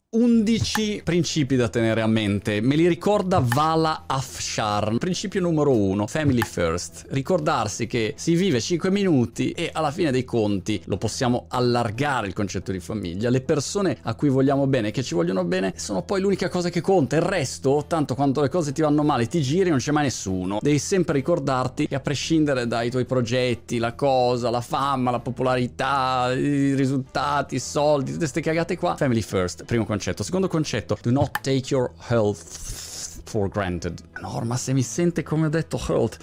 11 principi da tenere a mente, me li ricorda Vala Afshar. Principio numero 1, family first. Ricordarsi che si vive 5 minuti e alla fine dei conti lo possiamo allargare il concetto di famiglia. Le persone a cui vogliamo bene, che ci vogliono bene, sono poi l'unica cosa che conta. Il resto, tanto quanto le cose ti vanno male, ti giri, non c'è mai nessuno. Devi sempre ricordarti che a prescindere dai tuoi progetti, la cosa, la fama, la popolarità, i risultati, i soldi, tutte queste cagate qua, family first, primo concetto. Secondo concetto, do not take your health for granted. No, ma se mi sente come ho detto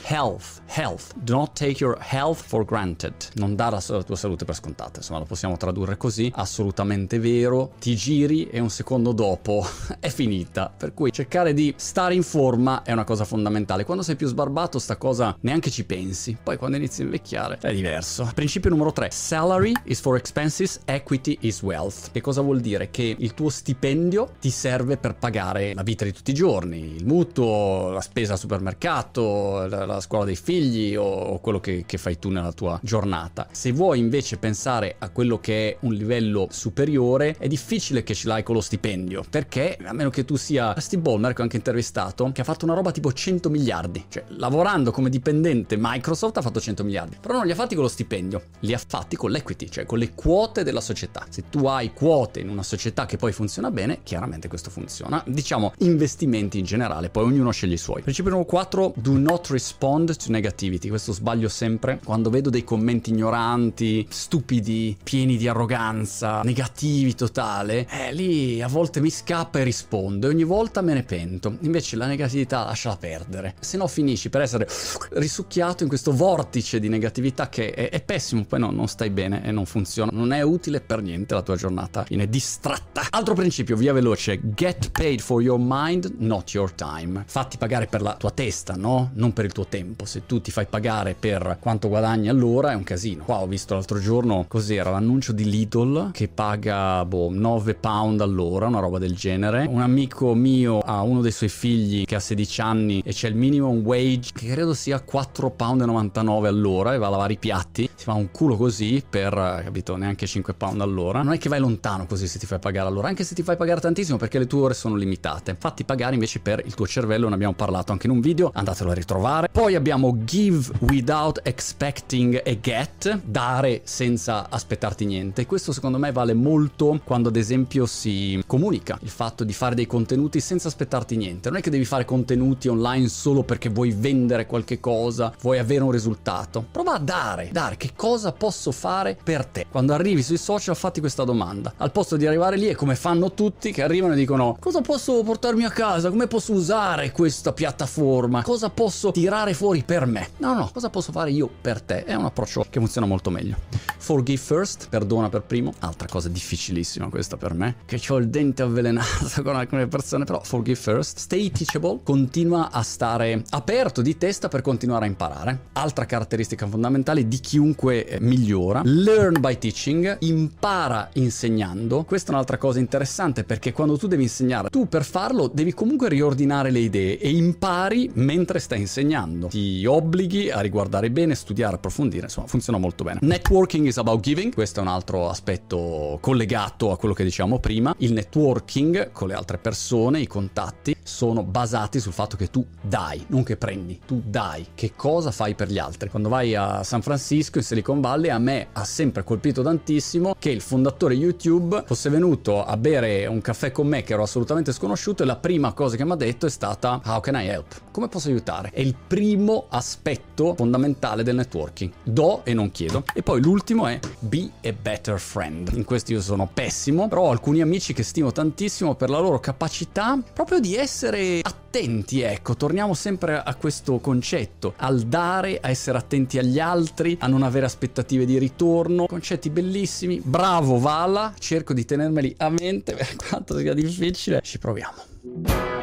health. Do not take your health for granted. Non dare la tua salute per scontata. Insomma, lo possiamo tradurre così. Assolutamente vero. Ti giri e un secondo dopo è finita. Per cui cercare di stare in forma è una cosa fondamentale. Quando sei più sbarbato, sta cosa neanche ci pensi. Poi quando inizi a invecchiare è diverso. Principio numero 3. Salary is for expenses, equity is wealth. Che cosa vuol dire? Che il tuo stipendio ti serve per pagare la vita di tutti i giorni, il mutuo, la spesa al supermercato, la scuola dei figli o quello che fai tu nella tua giornata. Se vuoi invece pensare a quello che è un livello superiore, è difficile che ce l'hai con lo stipendio, perché a meno che tu sia Steve Ballmer, che ho anche intervistato, che ha fatto una roba tipo 100 miliardi, cioè lavorando come dipendente Microsoft ha fatto 100 miliardi, però non li ha fatti con lo stipendio, li ha fatti con l'equity, cioè con le quote della società. Se tu hai quote in una società che poi funziona bene, chiaramente questo funziona. Diciamo investimenti in generale, poi ognuno sceglie i suoi. Principio numero 4, do not respond to negativity. Questo sbaglio sempre quando vedo dei commenti ignoranti, stupidi, pieni di arroganza, negativi totale, lì a volte mi scappa e rispondo e ogni volta me ne pento. Invece la negatività lasciala perdere, se no finisci per essere risucchiato in questo vortice di negatività che è pessimo, poi non stai bene e non funziona, non è utile per niente, la tua giornata viene distratta. Altro principio, via veloce, get paid for your mind, not your time. Fatti pagare per la tua testa, no? Non per il tuo tempo. Se tu ti fai pagare per quanto guadagni all'ora è un casino. Qua ho visto l'altro giorno, cos'era, l'annuncio di Lidl che paga 9 pound all'ora, una roba del genere. Un amico mio ha uno dei suoi figli che ha 16 anni e c'è il minimum wage che credo sia 4,99 pound all'ora e va a lavare i piatti. Si fa un culo così per, capito, neanche 5 pound all'ora. Non è che vai lontano così se ti fai pagare all'ora, anche se ti fai pagare tantissimo, perché le tue ore sono limitate. Fatti pagare invece per il tuo cervello, ne abbiamo parlato anche in un video, andatelo a ritrovare. Poi abbiamo give without expecting a get, dare senza aspettarti niente. Questo secondo me vale molto quando ad esempio si comunica il fatto di fare dei contenuti senza aspettarti niente. Non è che devi fare contenuti online solo perché vuoi vendere qualche cosa, vuoi avere un risultato. Prova a dare che cosa posso fare per te. Quando arrivi sui social fatti questa domanda, al posto di arrivare lì è come fanno tutti che arrivano e dicono cosa posso portarmi a casa, come posso usare questa piattaforma, cosa posso tirare fuori per me. No, cosa posso fare io per te. È un approccio che funziona molto meglio. Forgive first, perdona per primo. Altra cosa difficilissima questa per me, che ho il dente avvelenato con alcune persone, però forgive first. Stay teachable, continua a stare aperto di testa per continuare a imparare. Altra caratteristica fondamentale di chiunque migliora, learn by teaching, impara insegnando. Questa è un'altra cosa interessante, perché quando tu devi insegnare, tu per farlo devi comunque riordinare le idee e impari mentre stai insegnando. Ti obblighi a riguardare bene, studiare, approfondire, insomma funziona molto bene. Networking is about giving, questo è un altro aspetto collegato a quello che dicevamo prima. Il networking con le altre persone, i contatti, sono basati sul fatto che tu dai, non che prendi, tu dai. Che cosa fai per gli altri? Quando vai a San Francisco, in Silicon Valley, a me ha sempre colpito tantissimo che il fondatore YouTube fosse venuto a bere un caffè con me che ero assolutamente sconosciuto e la prima cosa che mi ha detto è stata how can I help? Come posso aiutare? È il primo aspetto fondamentale del networking. Do e non chiedo. E poi l'ultimo è be a better friend. In questo io sono pessimo, però ho alcuni amici che stimo tantissimo per la loro capacità proprio di essere attenti, ecco, torniamo sempre a questo concetto, al dare, a essere attenti agli altri, a non avere aspettative di ritorno, concetti bellissimi. Bravo Vala, cerco di tenermeli a mente per quanto sia difficile, ci proviamo.